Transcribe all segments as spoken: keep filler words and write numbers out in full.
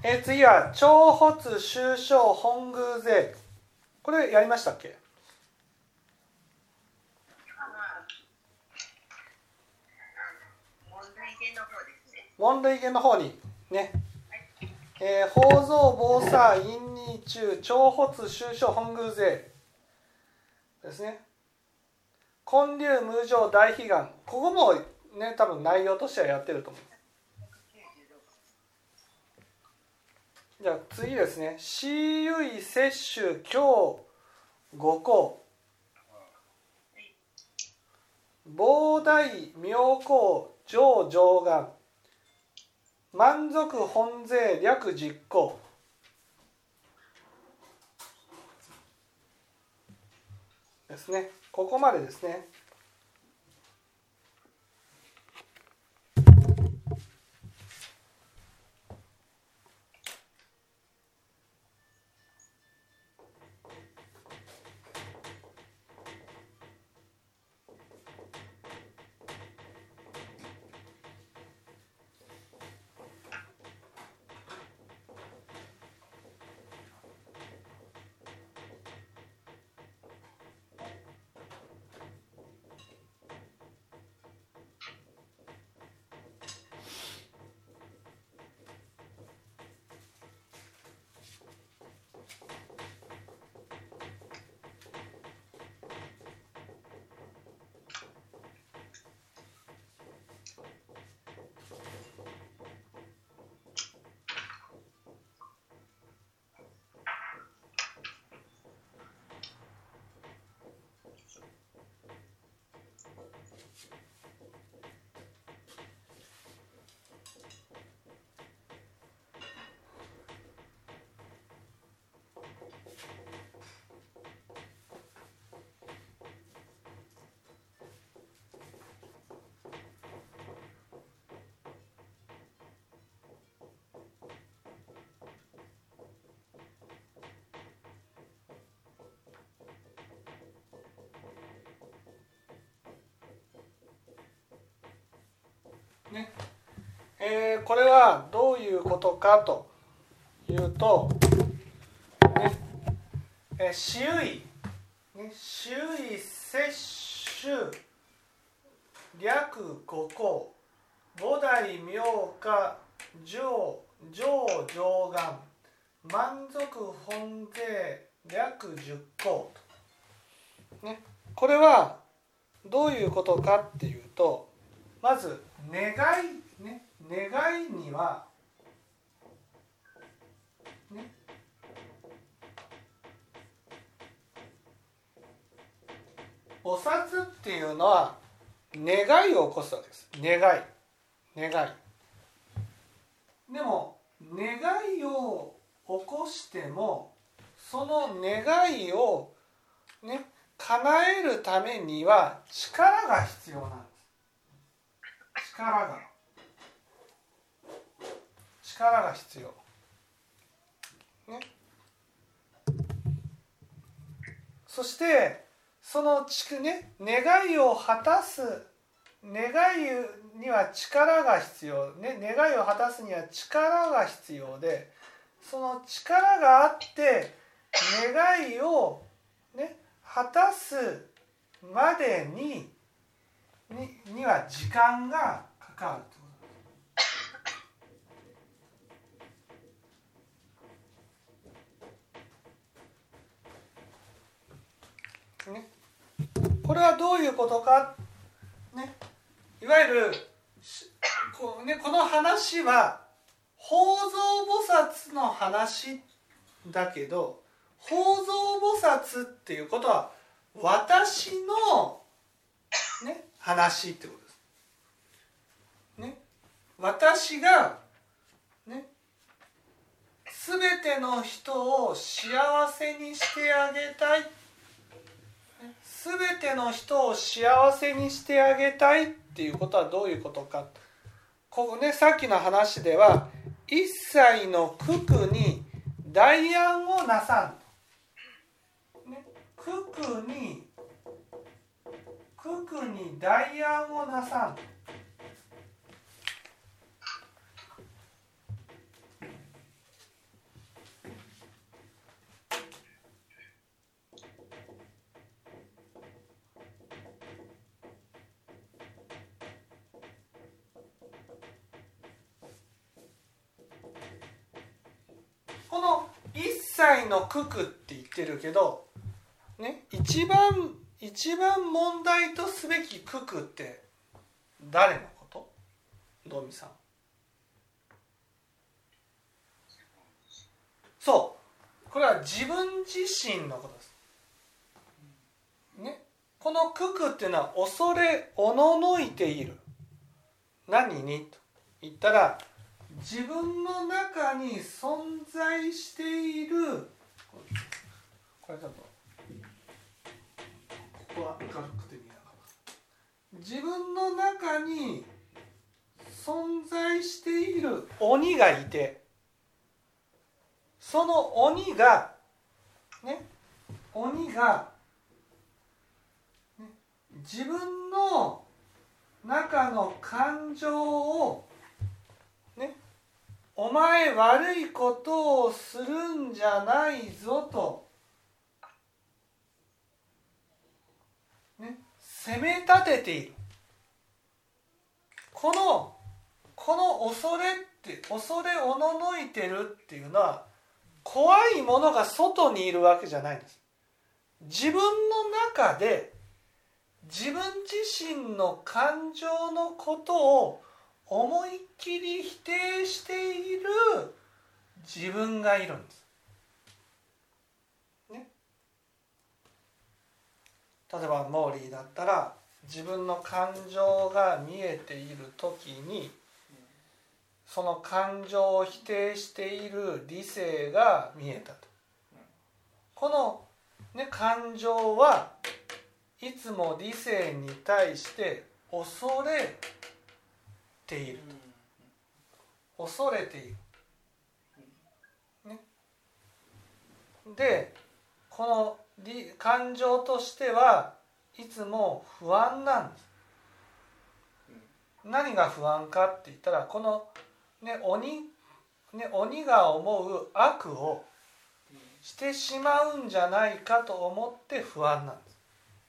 えー、次は長発宗正本宮税。これやりましたっけ？問類言の方にね、えー、法蔵坊さ陰二中長発宗正本宮税ですね。建立無常大悲願、ここもね多分内容としてはやってると思う。じゃあ次ですね。私唯摂取教五項膨大妙高上上願満足本税略実行ですね。ここまでですね。ねえー、これはどういうことかというと、ねえー、私唯、ね、私唯摂取略五項菩提妙花上上上願満足本税略十項と、ね、これはどういうことかっていうと、まず願い、ね、願いには、ね、菩薩っていうのは願いを起こすわけです。願い願いでも願いを起こしてもその願いをね叶えるためには力が必要なんです。力が力が必要、ね、そしてそのち、ね、願いを果たす願いには力が必要、ね、願いを果たすには力が必要で、その力があって願いを、ね、果たすまでに、に、には時間がかかるということですね。これはどういうことか、ね、いわゆるこう、ね、この話は法蔵菩薩の話だけど、法蔵菩薩っていうことは私の、ね、話ってことです、ね、私が、ね、全ての人を幸せにしてあげたい、すべての人を幸せにしてあげたいっていうことはどういうことか。ここね、さっきの話では一切の九九に代案をなさん、ね、九九に九九に代案をなさん、 この一切の九九って言ってるけど、ね、一番一番問題とすべき九九って誰のこと？ドミさん。そう、これは自分自身のことです。ね、この九九っていうのは恐れおののいている。何にと言ったら、自分の中に存在している、これちょっとここは明るくて見えなかった。自分の中に存在している鬼がいて、その鬼がね、鬼が、ね、自分の中の感情をね、お前悪いことをするんじゃないぞと、ね、責め立てている。このこの恐れって恐れおののいてるっていうのは、怖いものが外にいるわけじゃないんです。自分の中で自分自身の感情のことを思いっきり否定している自分がいるんです、ね、例えばモーリーだったら、自分の感情が見えている時に、その感情を否定している理性が見えたと。この、ね、感情はいつも理性に対して恐れていると。恐れている、ね、でこの感情としてはいつも不安なんです。何が不安かって言ったら、このね、鬼、ね、鬼が思う悪をしてしまうんじゃないかと思って不安なんです。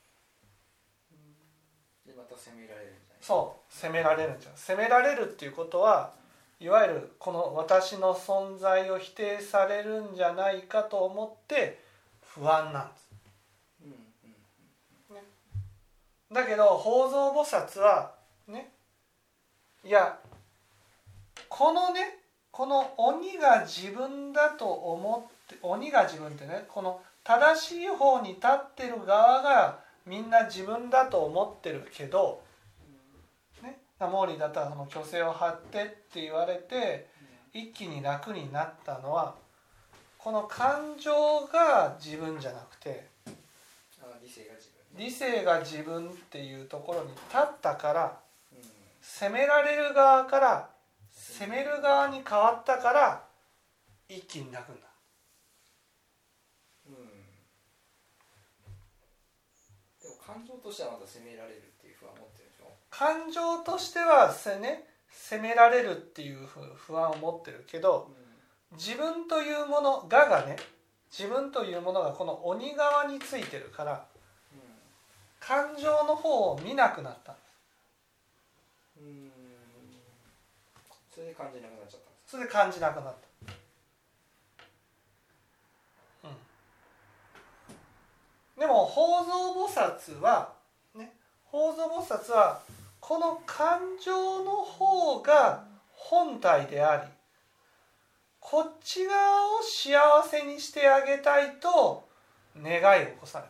でまた責められるんじゃない？ そう、責められるんじゃない。責められるっていうことは、いわゆるこの私の存在を否定されるんじゃないかと思って不安なんです、うんうんね、だけど法蔵菩薩はね、いやこのね、この鬼が自分だと思って、鬼が自分ってね、この正しい方に立ってる側がみんな自分だと思ってるけど、ね、モーリーだったらその虚勢を張ってって言われて一気に楽になったのは、この感情が自分じゃなくて、 理性が自分、 理性が自分っていうところに立ったから、責められる側から責める側に変わったから一気に楽になる、 うん、でも感情としてはまだ責められるっていう不安を持ってるでしょ。 感情としてはせ、ね、責められるっていう不安を持ってるけど、うん、自分というものががね、自分というものがこの鬼側についてるから、うん、感情の方を見なくなったんです。 うん、それで感じなくなっちゃったんです。 それで感じなくなった、うん、でも法蔵菩薩はね、法蔵菩薩はこの感情の方が本体であり、こっち側を幸せにしてあげたいと願いを起こされ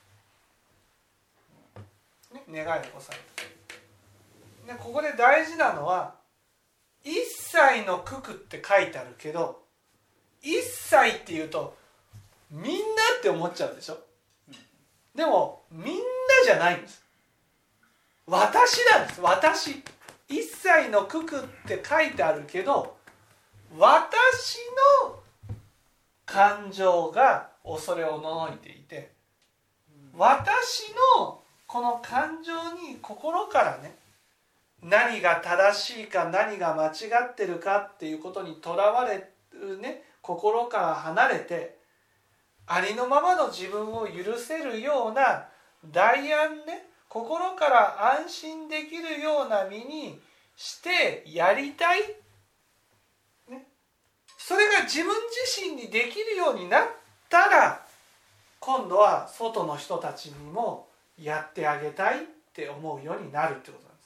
た、ね、願いを起こされた。でここで大事なのは、一切の九九って書いてあるけど、一切っていうとみんなって思っちゃうでしょ。でもみんなじゃないんです。私なんです。私。一切の九九って書いてあるけど、私の感情が恐れおののいていて、私のこの感情に心からね、何が正しいか何が間違ってるかっていうことにとらわれるね、心から離れて、ありのままの自分を許せるような大安ね、心から安心できるような身にしてやりたい、ね、 それが自分自身にできるようになったら今度は外の人たちにもやってあげたいって思うようになるってことなんです。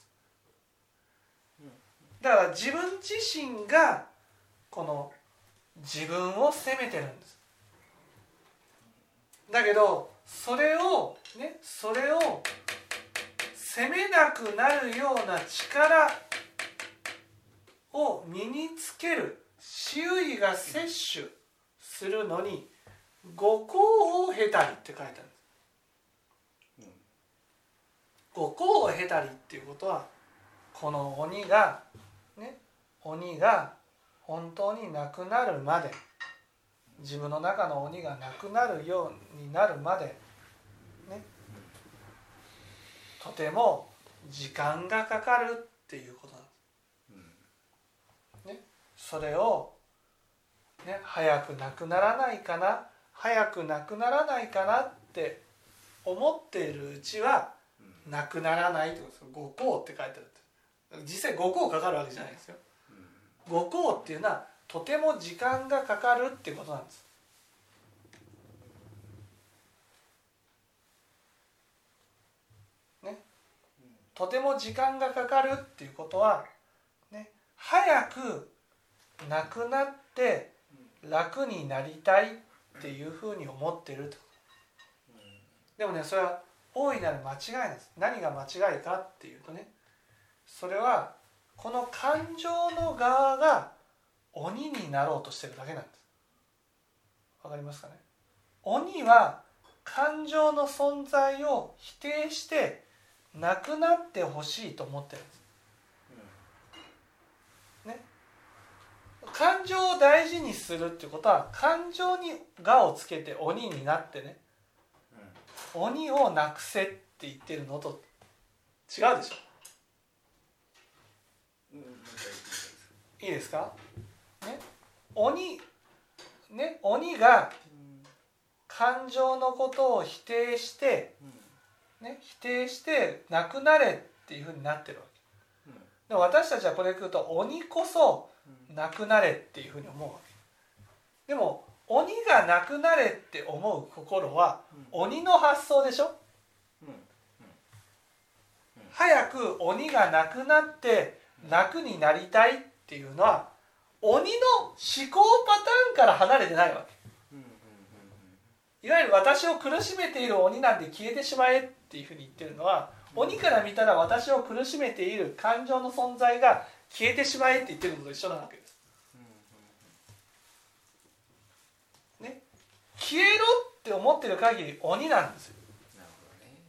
だから自分自身がこの自分を責めてるんです。だけどそれをね、それを責めなくなるような力を身につける、周囲が摂取するのに五行を経たりって書いてあるんです。五行を経たりっていうことは、この鬼がね、鬼が本当になくなるまで、自分の中の鬼がなくなるようになるまでね、とても時間がかかるっていうことなんです、ね、それを、ね、早くなくならないかな、早くなくならないかなって思っているうちはなくならないってことです。五行って書いてある。実際五行かかるわけじゃないですよ。五行っていうのはとても時間がかかるってことなんです。ね、とても時間がかかるっていうことは、ね、早くなくなって楽になりたいっていうふうに思ってると。でもね、それは大いなる間違いです。何が間違いかっていうとね、それはこの感情の側が鬼になろうとしてるだけなんです。わかりますかね。鬼は感情の存在を否定してなくなってほしいと思ってるんです、ね、感情を大事にするってことは、感情に我をつけて鬼になってね、鬼をなくせって言ってるのと違うでしょ。いいですか、ね、鬼、ね、鬼が感情のことを否定して、ね、否定してなくなれっていうふうになってるわけ。でも私たちはこれ聞くと鬼こそなくなれっていうふうに思うわけ。でも鬼がなくなれって思う心は鬼の発想でしょ。早く鬼がなくなって楽になりたいっていうのは鬼の思考パターンから離れてないわけ。いわゆる私を苦しめている鬼なんで消えてしまえっていうふうに言ってるのは、鬼から見たら私を苦しめている感情の存在が消えてしまえって言ってるのと一緒なわけです、ね、消えろって思ってる限り鬼なんですよ。なるほどね。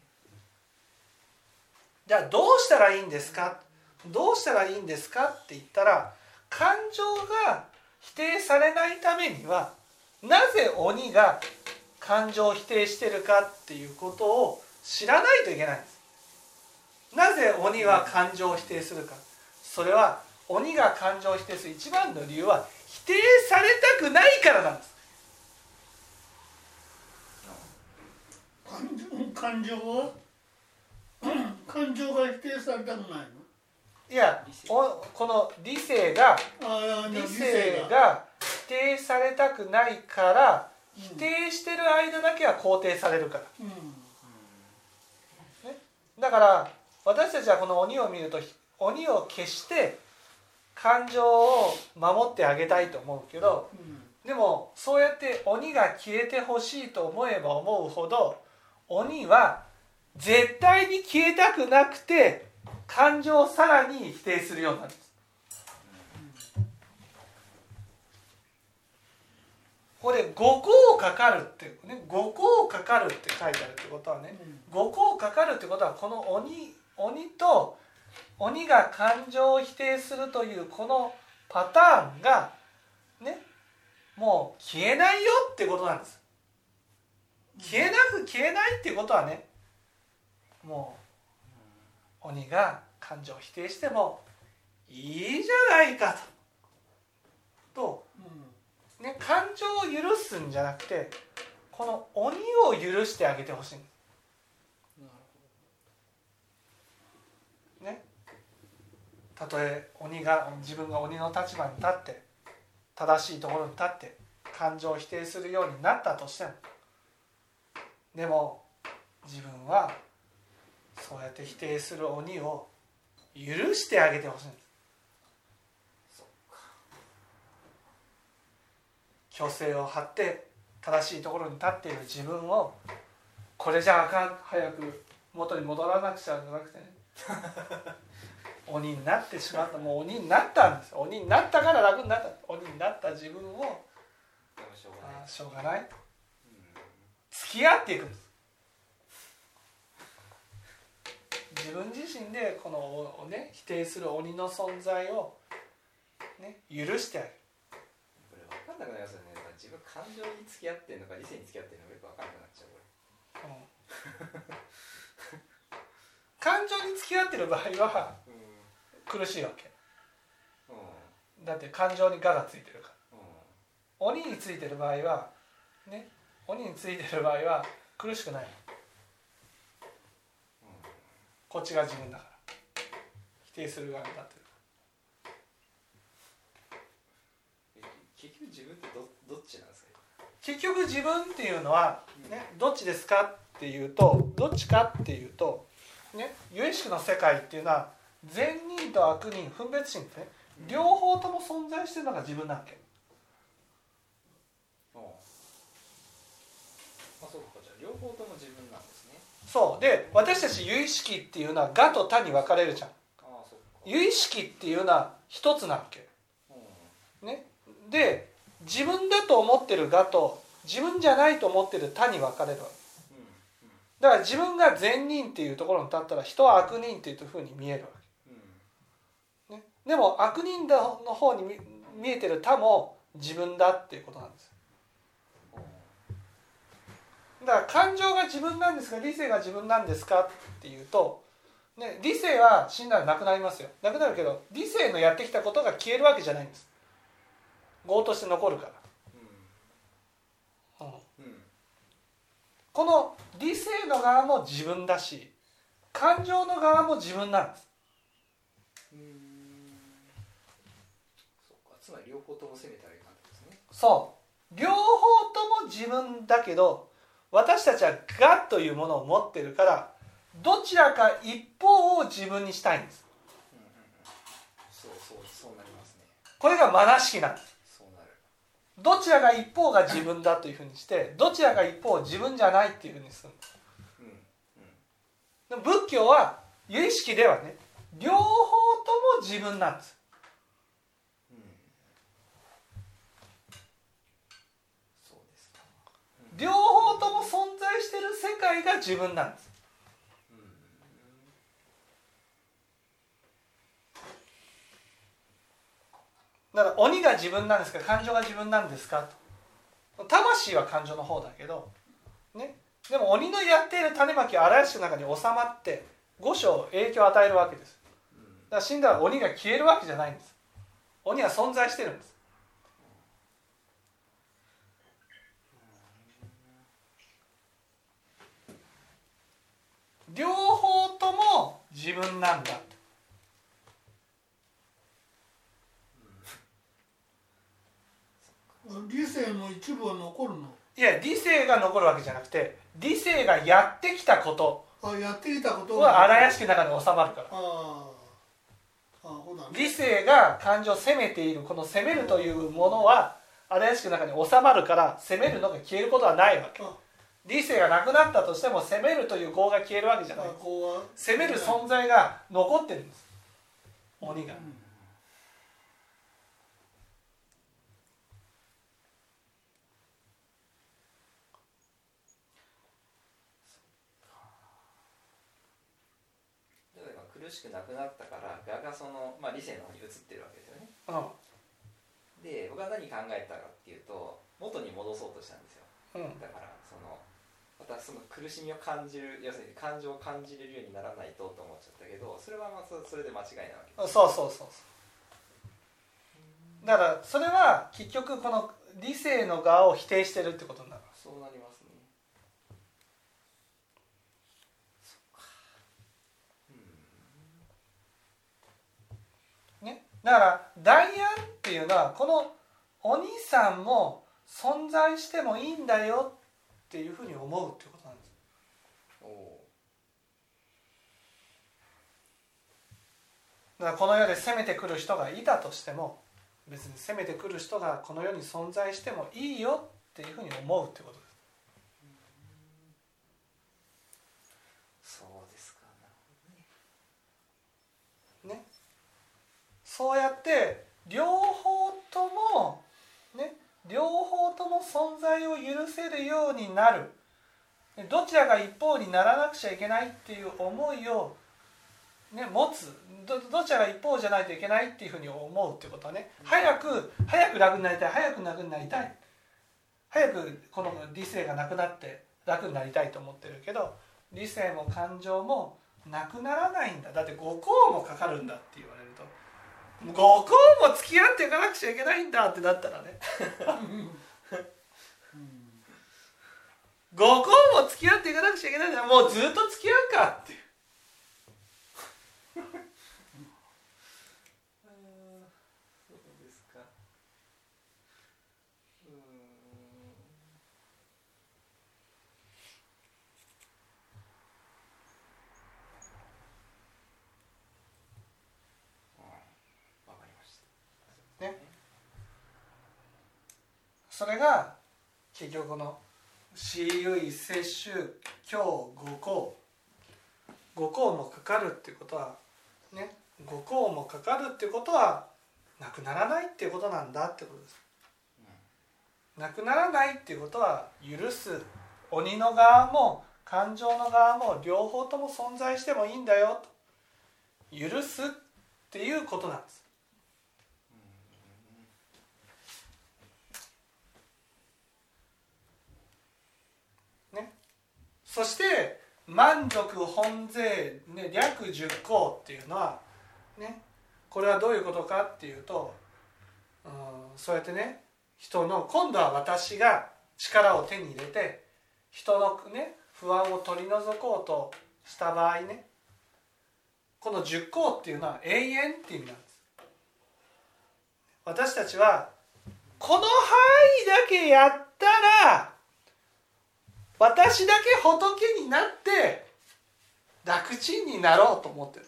じゃあどうしたらいいんですか、どうしたらいいんですかって言ったら、感情が否定されないためにはなぜ鬼が感情を否定してるかっていうことを知らないといけないんです。なぜ鬼は感情を否定するか、それは鬼が感情を否定する一番の理由は否定されたくないからなんです。 感情は感情が否定されたくないの？ いや、この理性が理性が否定されたくないから、否定してる間だけは肯定されるから、うんね、だから私たちはこの鬼を見ると鬼を消して感情を守ってあげたいと思うけど、うん、でもそうやって鬼が消えてほしいと思えば思うほど鬼は絶対に消えたくなくて感情をさらに否定するようになるんです。ここで五行かかるってね、五行かかるって書いてあるってことはね、五行かかるってことはこの鬼、鬼と鬼が感情を否定するというこのパターンがね、もう消えないよってことなんです。消えなく消えないっていうことはね、もう鬼が感情を否定してもいいじゃないかと、と、ね、感情を許すんじゃなくてこの鬼を許してあげてほしいんです、ね、たとえ鬼が自分が鬼の立場に立って正しいところに立って感情を否定するようになったとしても、でも自分はそうやって否定する鬼を許してあげてほしいんです。虚勢を張って正しいところに立っている自分を、これじゃあかん、早く元に戻らなくちゃじゃなくてね鬼になってしまった。もう鬼になったんです。鬼になったから楽になった。鬼になった自分をでもしょうがない、 あしょうがない、 うん、 付き合っていくんです。自分自身でこの、ね、否定する鬼の存在を、ね、許してあげる。 これ分かんなくなりますよね。自分感情に付き合ってるのか理性に付き合ってるのかよく分かんなくなっちゃうこれ、 うん感情に付き合ってる場合は苦しいわけ、うん、だって感情に我がついてるから、うん、鬼についてる場合はね、鬼についてる場合は苦しくない、うん、こっちが自分だから否定する側になってる。 結局自分って ど, どっちなんですか。 結局自分っていうのは、ね、どっちですかっていうと、どっちかっていうとね、有意識の世界っていうのは善人と悪人、分別心ってね、両方とも存在してるのが自分なわけ。 ああ、そうか、じゃあ両方とも自分なんですね。 そうで、私たち有意識っていうのは我と他に分かれるじゃん。 ああ、そうか。 有意識っていうのは一つなわけ、うんね、で自分だと思ってる我と自分じゃないと思ってる他に分かれるわけ。だから自分が善人っていうところに立ったら人は悪人っていうふうに見えるわけ、ね、でも悪人の方に見えてる他も自分だっていうことなんです。だから感情が自分なんですか、理性が自分なんですかっていうと、ね、理性は死んだらなくなりますよ。なくなるけど理性のやってきたことが消えるわけじゃないんです。業として残るから、うんうん、この理性の側も自分だし感情の側も自分なんです。 うーん、そうか、つまり両方とも責めてあげる感じですね。 そう、両方とも自分だけど私たちは我というものを持ってるからどちらか一方を自分にしたいんです、 うんうんうん、そうそうそうなりますね。 これがマナ式なんです。 そうなる。 どちらが一方が自分だというふうにしてどちらが一方自分じゃないっていうふうにするんです、うんうん、でも仏教は有意識ではね両方とも自分なんです、 うん、そうですか、うん、 両方とも存在している世界が自分なんです、うん、だから鬼が自分なんですか感情が自分なんですかと、魂は感情の方だけど、ね、でも鬼のやっている種まきは荒屋敷の中に収まって五章影響を与えるわけです。だから死んだら鬼が消えるわけじゃないんです。鬼は存在してるんです。両方とも自分なんだ。 理性の一部は残るの？ いや、理性が残るわけじゃなくて理性がやってきたことあやってきたことは荒屋敷の中に収まるから。 ああそうだね、 理性が感情を責めているこの責めるというものは荒屋敷の中に収まるから責めるのが消えることはないわけ。理性がなくなったとしても責めるという業が消えるわけじゃない。責める存在が残ってるんです、鬼が、うん、 苦しくなくなったから我がその、まあ、理性の方に移ってるわけですよね、 うん、 で僕は何考えたかっていうと元に戻そうとしたんですよ、うん、だからそのまたその苦しみを感じる要するに感情を感じれるようにならないとと思っちゃったけどそれはまあそれで間違いなわけです。 そうそうそうそうだからそれは結局この理性の側を否定してるってことになる。 そうなりますね。そっか、うん、 ね、だから大安っていうのはこのお兄さんも存在してもいいんだよっていうふうに思うっていうことなんです。だからこの世で攻めてくる人がいたとしても、別に攻めてくる人がこの世に存在してもいいよっていうふうに思うっていうことです。 そうですか。なるほどね。ね、そうやって両方ともね、両方とも存在を許せるようになる。どちらが一方にならなくちゃいけないっていう思いを、ね、持つ ど, どちらが一方じゃないといけないっていうふうに思うっていうことはね、早く早く楽になりたい、早く楽になりたい、早くこの理性がなくなって楽になりたいと思ってるけど、理性も感情もなくならないんだ。だってごこうもかかるんだって言われると、ごこうも付き合っていかなくちゃいけないんだってなったらねごこうも付き合っていかなくちゃいけないんだら、もうずっと付き合うかっていうそうですか。うーん。わかりました。 ね。それが結局この私有摂取今日ごこうごこうもかかるっていうことはね、ごこうもかかるっていうことはなくならないっていうことなんだってことです。なくならないっていうことは、許す鬼の側も感情の側も両方とも存在してもいいんだよと、許すっていうことなんです。ね、そして満足本税、ね、略十項っていうのは、ね、これはどういうことかっていうと、うん、そうやってね、人の今度は私が力を手に入れて人の、ね、不安を取り除こうとした場合ね、この十項っていうのは永遠っていう意味なんです。私たちはこの範囲だけやったら私だけ仏になって楽ちんになろうと思ってる。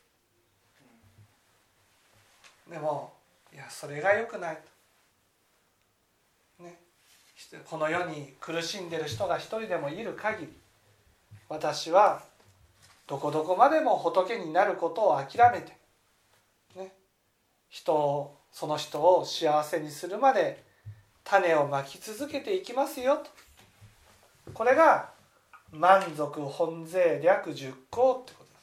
でもいや、それが良くないと、ね、この世に苦しんでる人が一人でもいる限り、私はどこどこまでも仏になることを諦めて、ね、人をその人を幸せにするまで種をまき続けていきますよと。これが満足本税略十項ってことです。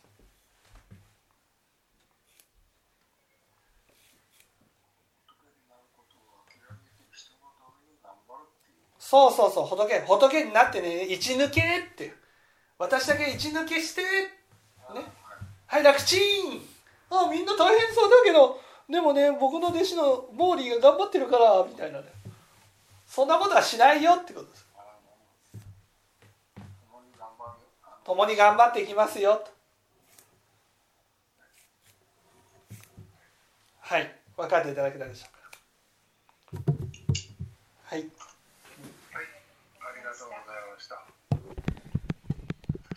そうそうそう、仏仏になってね、一抜けって、私だけ一抜けして、ね、はい楽ちん、あみんな大変そうだけど、でもね僕の弟子のモーリーが頑張ってるからみたいなね、そんなことはしないよってことです。共に頑張っていきますよと。はい、分かっていただけたでしょうか。はい、 はい、ありがとうございます。